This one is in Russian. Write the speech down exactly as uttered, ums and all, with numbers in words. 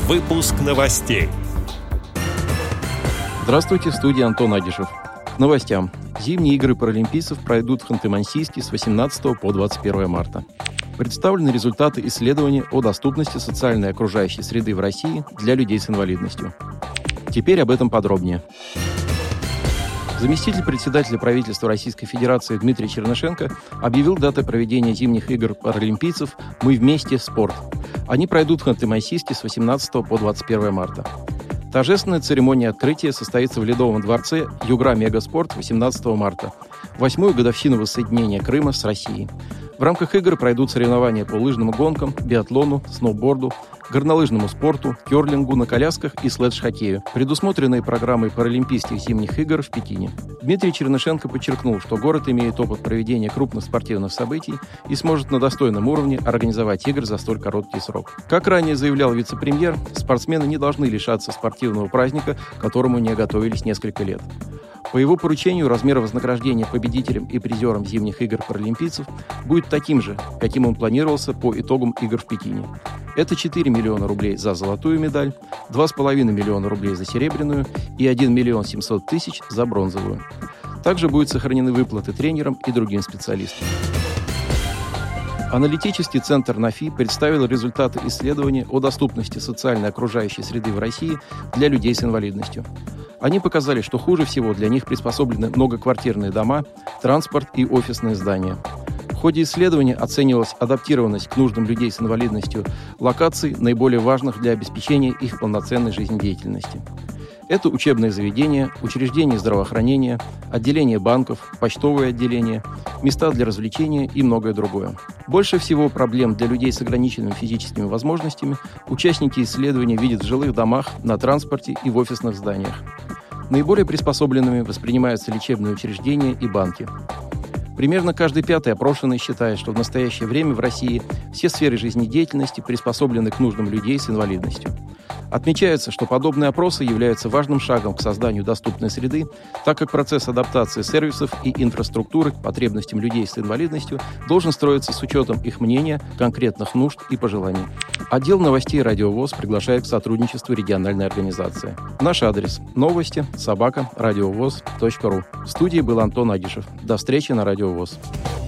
Выпуск новостей. Здравствуйте, в студии Антон Агишев. К новостям. Зимние игры паралимпийцев пройдут в Ханты-Мансийске с восемнадцатого по двадцать первое марта. Представлены результаты исследования о доступности социальной и окружающей среды в России для людей с инвалидностью. Теперь об этом подробнее. Заместитель председателя правительства Российской Федерации Дмитрий Чернышенко объявил даты проведения зимних игр паралимпийцев «Мы вместе. Спорт». Они пройдут в Ханты-Мансийске с восемнадцатого по двадцать первое марта. Торжественная церемония открытия состоится в Ледовом дворце Югра Мегаспорт восемнадцатого марта, восьмую годовщину воссоединения Крыма с Россией. В рамках игр пройдут соревнования по лыжным гонкам, биатлону, сноуборду, горнолыжному спорту, керлингу на колясках и следж-хоккею, предусмотренные программой Паралимпийских зимних игр в Пекине. Дмитрий Чернышенко подчеркнул, что город имеет опыт проведения крупных спортивных событий и сможет на достойном уровне организовать игры за столь короткий срок. Как ранее заявлял вице-премьер, спортсмены не должны лишаться спортивного праздника, к которому не готовились несколько лет. По его поручению размер вознаграждения победителям и призерам зимних игр паралимпийцев будет таким же, каким он планировался по итогам игр в Пекине. Это четыре миллиона рублей за золотую медаль, два с половиной миллиона рублей за серебряную и один миллион семьсот тысяч за бронзовую. Также будут сохранены выплаты тренерам и другим специалистам. Аналитический центр НАФИ представил результаты исследования о доступности социальной окружающей среды в России для людей с инвалидностью. Они показали, что хуже всего для них приспособлены многоквартирные дома, транспорт и офисные здания. В ходе исследования оценивалась адаптированность к нуждам людей с инвалидностью локаций, наиболее важных для обеспечения их полноценной жизнедеятельности. Это учебные заведения, учреждения здравоохранения, отделения банков, почтовые отделения, места для развлечения и многое другое. Больше всего проблем для людей с ограниченными физическими возможностями участники исследования видят в жилых домах, на транспорте и в офисных зданиях. Наиболее приспособленными воспринимаются лечебные учреждения и банки. Примерно каждый пятый опрошенный считает, что в настоящее время в России все сферы жизнедеятельности приспособлены к нуждам людей с инвалидностью. Отмечается, что подобные опросы являются важным шагом к созданию доступной среды, так как процесс адаптации сервисов и инфраструктуры к потребностям людей с инвалидностью должен строиться с учетом их мнения, конкретных нужд и пожеланий. Отдел новостей «Радио ВОС» приглашает к сотрудничеству региональной организации. Наш адрес – новости собака радиовоз точка ру. В студии был Антон Агишев. До встречи на «Радио ВОС».